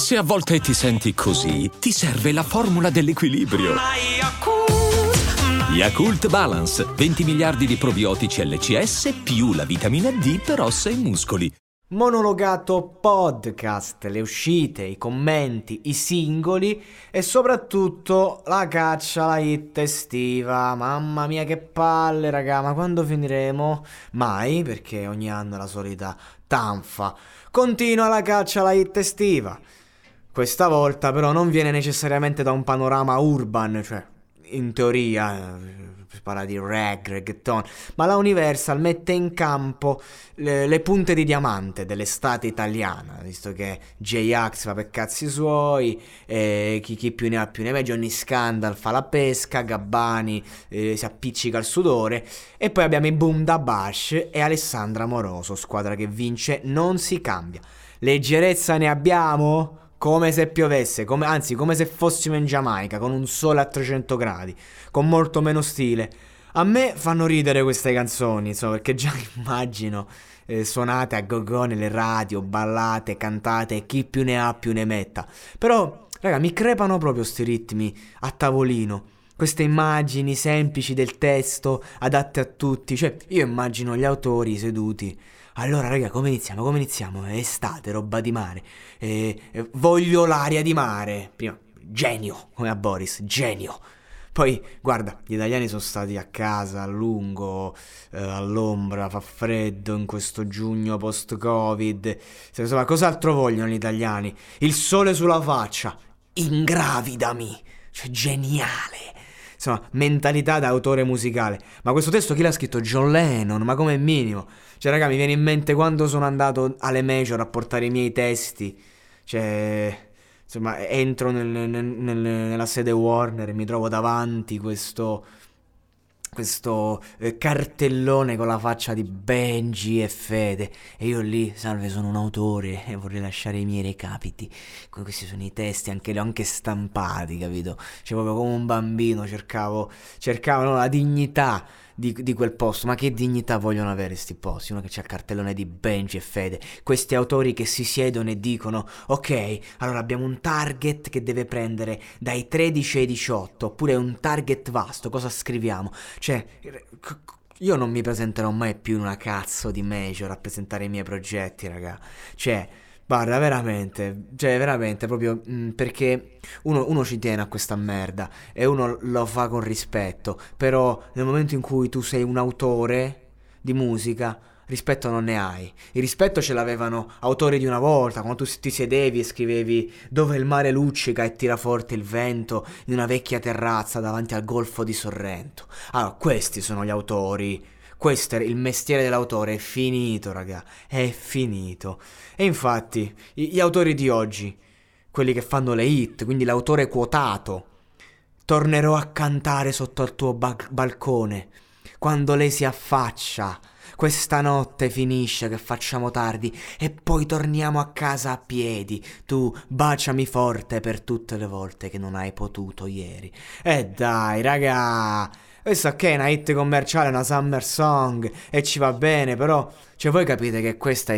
Se a volte ti senti così, ti serve la formula dell'equilibrio. Yakult Balance, 20 miliardi di probiotici LCS più la vitamina D per ossa e muscoli. Monologato podcast, le uscite, i commenti, i singoli e soprattutto la caccia alla hit estiva. Mamma mia che palle, raga, ma quando finiremo? Mai, perché ogni anno è la solita tanfa. Continua la caccia alla hit estiva. Questa volta però non viene necessariamente da un panorama urban, cioè in teoria si parla di reggaeton, ma la Universal mette in campo le punte di diamante dell'estate italiana, visto che J-Ax fa per cazzi suoi, chi più ne ha più ne ha, Johnny Scandal fa la pesca, Gabbani si appiccica al sudore, e poi abbiamo i Boom da Bash e Alessandra Moroso, squadra che vince non si cambia. Leggerezza ne abbiamo? Come se piovesse, come se fossimo in Giamaica, con un sole a 300 gradi, con molto meno stile. A me fanno ridere queste canzoni, insomma, perché già immagino suonate a go-go nelle radio, ballate, cantate, chi più ne ha più ne metta. Però, raga, mi crepano proprio sti ritmi a tavolino. Queste immagini semplici del testo, adatte a tutti. Cioè, io immagino gli autori seduti. Allora, raga, come iniziamo? È estate, roba di mare. Voglio l'aria di mare. Prima, genio, come a Boris, genio. Poi, guarda, gli italiani sono stati a casa a lungo, all'ombra, fa freddo in questo giugno post-Covid. Insomma, cos'altro vogliono gli italiani? Il sole sulla faccia. Ingravidami. Cioè, geniale. Insomma, mentalità da autore musicale. Ma questo testo chi l'ha scritto? John Lennon, ma come minimo. Cioè, raga, mi viene in mente quando sono andato alle major a portare i miei testi. Cioè, insomma, entro nella sede Warner e mi trovo davanti questo cartellone con la faccia di Benji e Fede, e io lì, salve, sono un autore e vorrei lasciare i miei recapiti. Questi sono i testi, anche stampati, capito? Cioè, proprio come un bambino cercavo no, la dignità di quel posto. Ma che dignità vogliono avere sti posti? Uno che c'ha il cartellone di Benji e Fede, questi autori che si siedono e dicono: ok, allora abbiamo un target che deve prendere dai 13 ai 18, oppure un target vasto, cosa scriviamo? Cioè, io non mi presenterò mai più in una cazzo di major a presentare i miei progetti, raga. Cioè, guarda, veramente, proprio perché uno ci tiene a questa merda e uno lo fa con rispetto, però nel momento in cui tu sei un autore di musica, rispetto non ne hai. Il rispetto ce l'avevano autori di una volta, quando tu ti sedevi e scrivevi "Dove il mare luccica e tira forte il vento" in una vecchia terrazza davanti al golfo di Sorrento. Allora, questi sono gli autori. Questo è il mestiere dell'autore, è finito, raga, è finito. E infatti, gli autori di oggi, quelli che fanno le hit, quindi l'autore quotato: tornerò a cantare sotto al tuo balcone, quando lei si affaccia, questa notte finisce che facciamo tardi e poi torniamo a casa a piedi, tu baciami forte per tutte le volte che non hai potuto ieri. E dai, raga, questa che è una hit commerciale, una summer song, e ci va bene, però, cioè, voi capite che questa è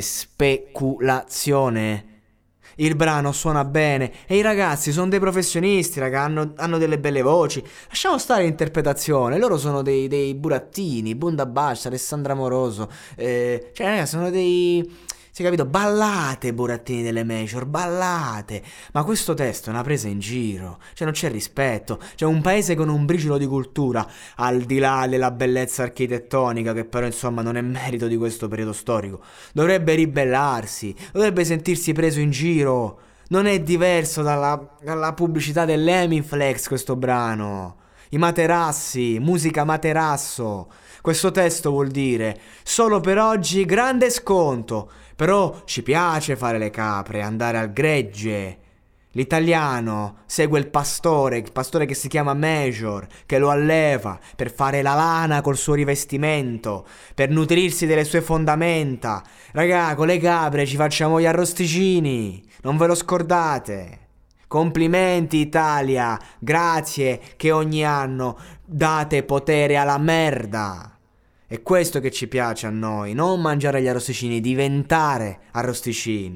speculazione. Il brano suona bene e i ragazzi sono dei professionisti, raga, hanno delle belle voci. Lasciamo stare l'interpretazione, loro sono dei burattini, Bunda Bash, Alessandra Moroso, cioè, raga, sono dei... Si è capito? Ballate, burattini delle major, ballate. Ma questo testo è una presa in giro. Cioè, non c'è rispetto. C'è un paese con un briciolo di cultura, al di là della bellezza architettonica, che però, insomma, non è merito di questo periodo storico. Dovrebbe ribellarsi, dovrebbe sentirsi preso in giro. Non è diverso dalla pubblicità dell'Emiflex questo brano. I materassi, musica materasso. Questo testo vuol dire: solo per oggi grande sconto, però ci piace fare le capre, andare al gregge. L'italiano segue il pastore che si chiama Major, che lo alleva per fare la lana col suo rivestimento, per nutrirsi delle sue fondamenta. Ragà, con le capre ci facciamo gli arrosticini, non ve lo scordate. Complimenti Italia, grazie che ogni anno date potere alla merda. È questo che ci piace a noi, non mangiare gli arrosticini, diventare arrosticini.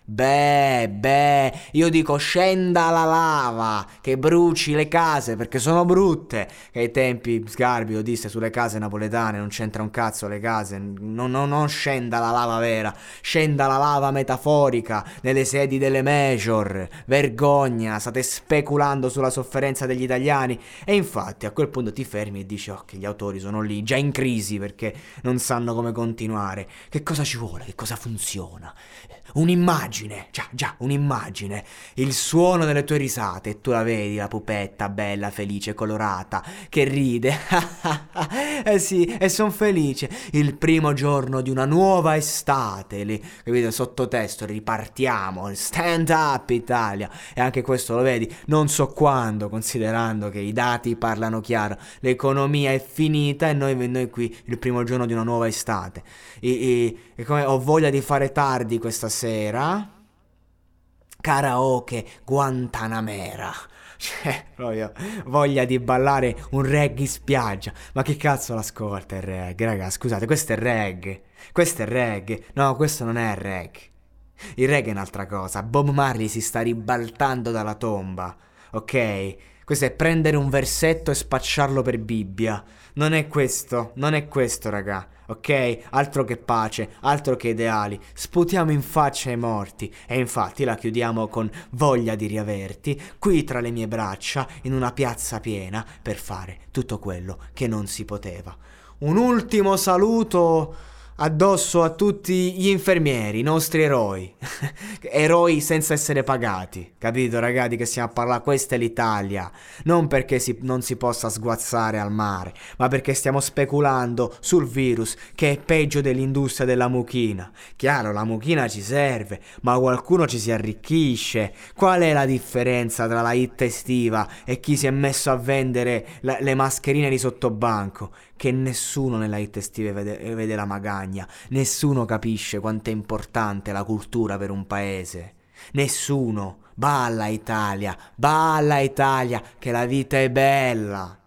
Io dico scenda la lava, che bruci le case perché sono brutte. Che ai tempi Sgarbi disse sulle case napoletane, non c'entra un cazzo le case, non scenda la lava vera, scenda la lava metaforica nelle sedi delle major. Vergogna, state speculando sulla sofferenza degli italiani. E infatti a quel punto ti fermi e dici oh che gli autori sono lì già in crisi perché non sanno come continuare. Che cosa ci vuole? Che cosa funziona? Un'immagine, già, un'immagine, il suono delle tue risate e tu la vedi, la pupetta bella, felice, colorata, che ride, eh sì, e son felice, il primo giorno di una nuova estate, lì, capito, sottotesto, ripartiamo, stand up Italia, e anche questo lo vedi, non so quando, considerando che i dati parlano chiaro, l'economia è finita e noi qui, il primo giorno di una nuova estate, e come ho voglia di fare tardi questa sera. Karaoke Guantanamera. Cioè, proprio voglia di ballare un reggae in spiaggia. Ma che cazzo l'ascolta il reggae, raga? Scusate, questo è reggae. Questo è reggae. No, questo non è reggae. Il reggae è un'altra cosa. Bob Marley si sta ribaltando dalla tomba. Ok? Questo è prendere un versetto e spacciarlo per Bibbia. Non è questo, raga. Ok? Altro che pace, altro che ideali. Sputiamo in faccia ai morti. E infatti la chiudiamo con voglia di riaverti qui tra le mie braccia in una piazza piena per fare tutto quello che non si poteva. Un ultimo saluto addosso a tutti gli infermieri, i nostri eroi. Eroi senza essere pagati. Capito, ragazzi, che stiamo a parlare? Questa è l'Italia. Non perché non si possa sguazzare al mare, ma perché stiamo speculando sul virus che è peggio dell'industria della mucchina. Chiaro, la mucchina ci serve, ma qualcuno ci si arricchisce. Qual è la differenza tra la hit estiva e chi si è messo a vendere le mascherine di sottobanco? Che nessuno nella hit estiva vede la magagna, nessuno capisce quanto è importante la cultura per un paese, nessuno. Balla Italia, che la vita è bella.